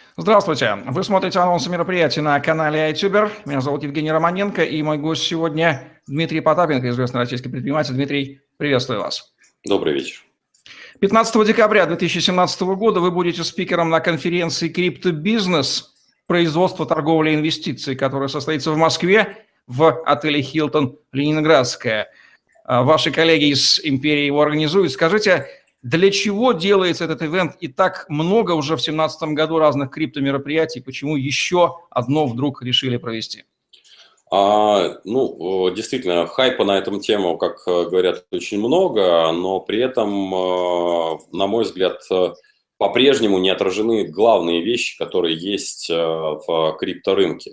Здравствуйте. Вы смотрите анонсы мероприятий на канале iTuber. Меня зовут Евгений Романенко, и мой гость сегодня Дмитрий Потапенко, известный российский предприниматель. Дмитрий, приветствую вас. Добрый вечер. 15 декабря 2017 года вы будете спикером на конференции «Криптобизнес. Производство, торговля, инвестиции», которая состоится в Москве в отеле «Хилтон Ленинградская». Ваши коллеги из «Империи» его организуют. Скажите, для чего делается этот ивент и так много уже в 2017 году разных криптомероприятий? Почему еще одно вдруг решили провести? Действительно, хайпа на эту тему, как говорят, очень много, но при этом, на мой взгляд, по-прежнему не отражены главные вещи, которые есть в крипторынке.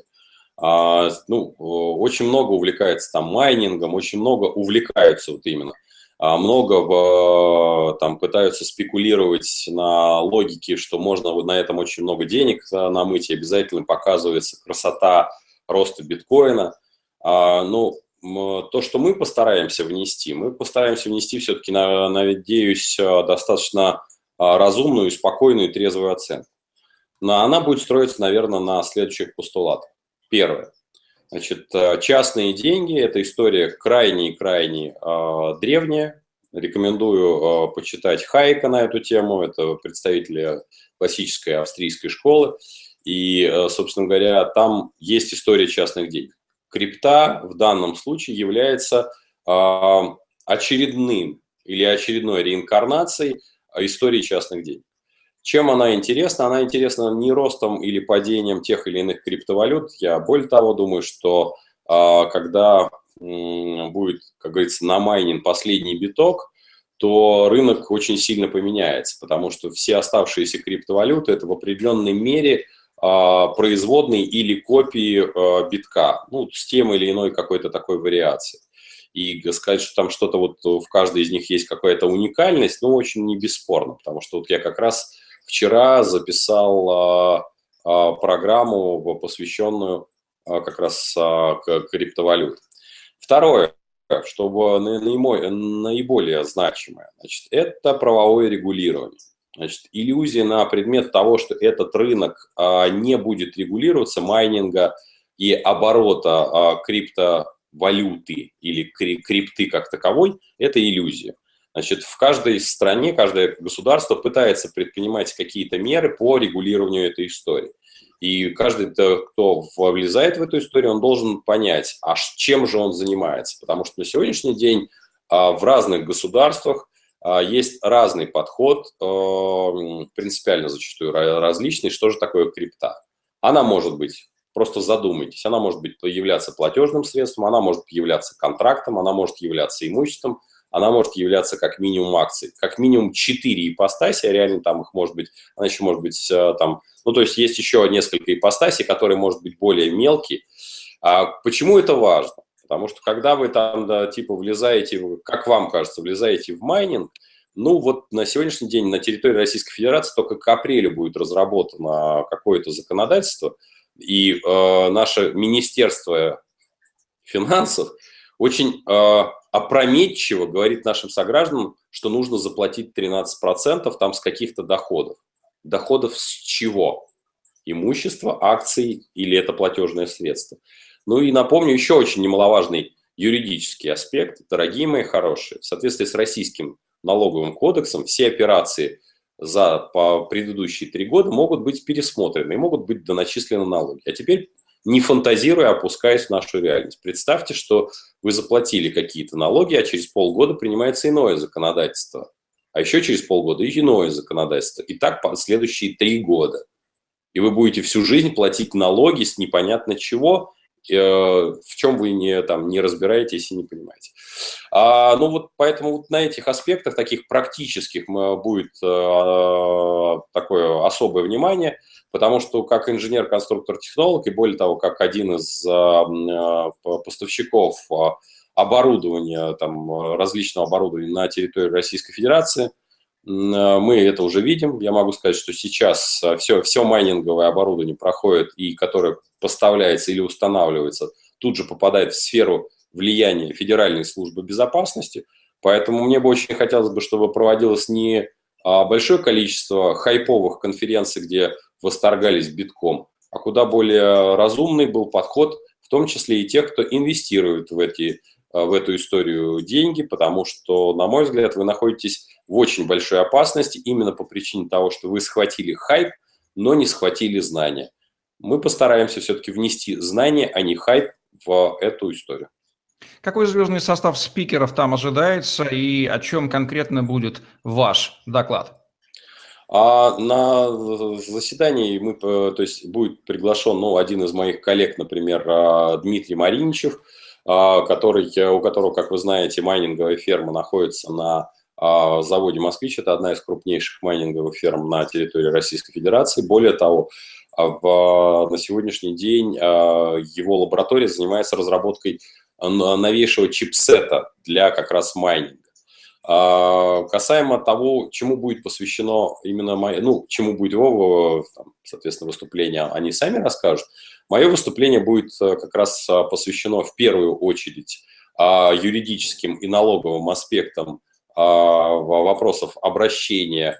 Очень много увлекается там майнингом, очень много увлекаются вот именно. Много там пытаются спекулировать на логике, что можно вот на этом очень много денег намыть, и обязательно показывается красота роста биткоина. То, что мы постараемся внести все-таки, надеюсь, достаточно разумную, спокойную и трезвую оценку. Но она будет строиться, наверное, на следующих постулатах. Первое. Значит, частные деньги – это история крайне древняя. Рекомендую почитать Хайека на эту тему. Это представители классической австрийской школы. И, собственно говоря, там есть история частных денег. Крипта в данном случае является очередной реинкарнацией истории частных денег. Чем она интересна? Она интересна не ростом или падением тех или иных криптовалют. Я более того думаю, что когда будет, как говорится, намайнен последний биток, то рынок очень сильно поменяется, потому что все оставшиеся криптовалюты – это в определенной мере производные или копии битка, с тем или иной какой-то такой вариацией. И сказать, что там что-то вот в каждой из них есть какая-то уникальность, очень не бесспорно, потому что вот я как раз вчера записал программу, посвященную как раз криптовалютам. Второе, чтобы наиболее значимое, значит, это правовое регулирование. Значит, иллюзия на предмет того, что этот рынок не будет регулироваться, майнинга и оборота криптовалюты или крипты как таковой, это иллюзия. Значит, в каждой стране, каждое государство пытается предпринимать какие-то меры по регулированию этой истории. И каждый, кто влезает в эту историю, он должен понять, чем же он занимается. Потому что на сегодняшний день в разных государствах есть разный подход, принципиально зачастую различный. Что же такое крипта? Она может быть, просто задумайтесь, она может являться платежным средством, она может являться контрактом, она может являться имуществом, она может являться как минимум акцией. Как минимум 4 ипостаси, а реально там их может быть, она еще может быть там, то есть есть еще несколько ипостасей, которые, может быть, более мелкие. Почему это важно? Потому что когда вы там, влезаете, как вам кажется, влезаете в майнинг, на сегодняшний день на территории Российской Федерации только к апрелю будет разработано какое-то законодательство, и наше Министерство финансов очень опрометчиво говорит нашим согражданам, что нужно заплатить 13% там с каких-то доходов. Доходов с чего? Имущество, акции или это платежное средство? И напомню еще очень немаловажный юридический аспект. Дорогие мои хорошие, в соответствии с Российским налоговым кодексом все операции по предыдущие 3 года могут быть пересмотрены и могут быть доначислены налоги. А теперь, не фантазируя, опускаясь в нашу реальность. Представьте, что вы заплатили какие-то налоги, а через полгода принимается иное законодательство. А еще через полгода иное законодательство. И так следующие 3 года. И вы будете всю жизнь платить налоги с непонятно чего, в чем вы не разбираетесь и не понимаете. Поэтому на этих аспектах, таких практических, будет такое особое внимание, потому что как инженер-конструктор-технолог и более того, как один из поставщиков оборудования, различного оборудования на территории Российской Федерации, мы это уже видим. Я могу сказать, что сейчас все майнинговое оборудование проходит, и которое поставляется или устанавливается, тут же попадает в сферу влияния Федеральной службы безопасности. Поэтому мне бы очень хотелось, чтобы проводилось не большое количество хайповых конференций, где восторгались битком, а куда более разумный был подход, в том числе и тех, кто инвестирует в эту историю деньги, потому что, на мой взгляд, вы находитесь в очень большой опасности именно по причине того, что вы схватили хайп, но не схватили знания. Мы постараемся все-таки внести знания, а не хайп в эту историю. Какой звездный состав спикеров там ожидается и о чем конкретно будет ваш доклад? На заседании будет приглашен один из моих коллег, например, Дмитрий Мариничев, у которого, как вы знаете, майнинговая ферма находится на заводе «Москвич». Это одна из крупнейших майнинговых ферм на территории Российской Федерации. Более того, на сегодняшний день его лаборатория занимается разработкой новейшего чипсета для как раз майнинга. Касаемо того, чему будет посвящено чему будет его, соответственно, выступление, они сами расскажут. Мое выступление будет как раз посвящено в первую очередь юридическим и налоговым аспектам вопросов обращения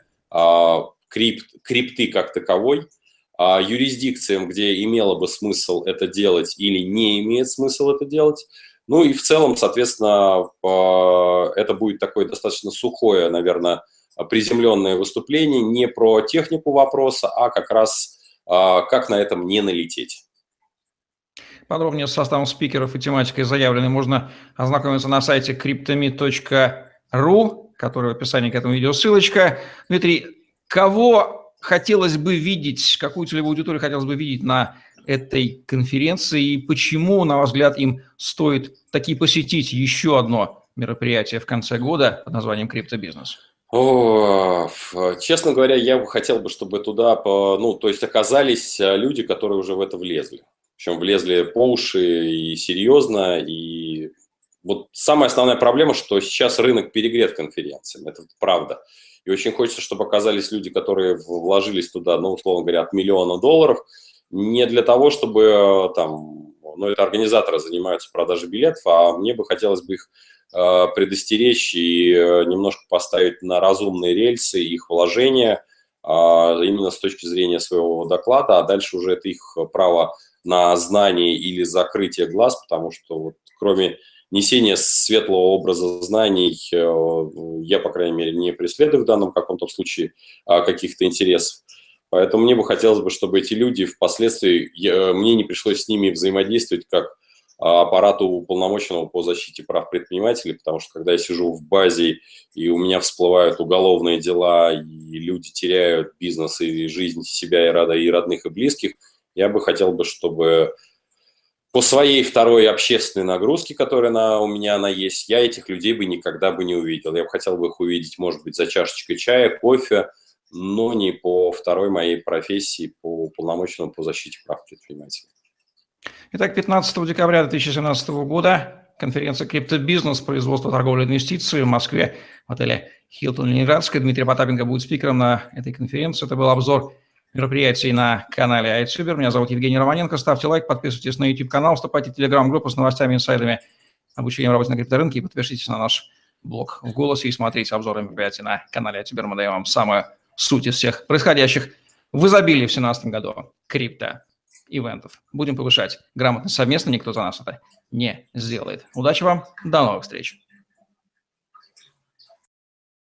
крипты как таковой, юрисдикциям, где имело бы смысл это делать или не имеет смысл это делать. Ну и в целом, соответственно, это будет такое достаточно сухое, наверное, приземленное выступление, не про технику вопроса, а как раз как на этом не налететь. Подробнее с составом спикеров и тематикой заявленной можно ознакомиться на сайте cryptomeet.ru, который в описании к этому видео ссылочка. Дмитрий, кого хотелось бы видеть, какую целевую аудиторию хотелось бы видеть на этой конференции и почему, на ваш взгляд, им стоит таки посетить еще одно мероприятие в конце года под названием «Криптобизнес»? Честно говоря, я бы хотел, чтобы туда оказались люди, которые уже в это влезли. Причем влезли по уши и серьезно. И вот самая основная проблема, что сейчас рынок перегрет конференциями, это правда. И очень хочется, чтобы оказались люди, которые вложились туда, условно говоря, от $1 миллиона, не для того, чтобы это организаторы занимаются продажей билетов, а мне бы хотелось бы их предостеречь и немножко поставить на разумные рельсы их вложения именно с точки зрения своего доклада, а дальше уже это их право на знание или закрытие глаз, потому что кроме несения светлого образа знаний я, по крайней мере, не преследую в данном каком-то случае каких-то интересов. Поэтому мне бы хотелось бы, чтобы эти люди впоследствии, мне не пришлось с ними взаимодействовать как аппарату уполномоченного по защите прав предпринимателей, потому что когда я сижу в базе и у меня всплывают уголовные дела, и люди теряют бизнес и жизнь себя и родных, и близких, я бы хотел, чтобы по своей второй общественной нагрузке, которая у меня есть, я этих людей бы никогда бы не увидел. Я бы хотел бы их увидеть, может быть, за чашечкой чая, кофе, но не по второй моей профессии, по уполномоченному по защите прав предпринимателей. Итак, 15 декабря 2017 года конференция «Криптобизнес. Производство, торговля, инвестиции» в Москве в отеле «Хилтон Ленинградская». Дмитрий Потапенко будет спикером на этой конференции. Это был обзор мероприятий на канале iTuber. Меня зовут Евгений Романенко. Ставьте лайк, подписывайтесь на YouTube-канал, вступайте в Telegram-группу с новостями, инсайдами, обучением работе на крипторынке и подпишитесь на наш блог в «Голосе» и смотрите обзоры мероприятий на канале iTuber. Мы даем вам самую суть из всех происходящих в изобилии в 2017 году крипто-ивентов. Будем повышать грамотность совместно, никто за нас это не сделает. Удачи вам, до новых встреч!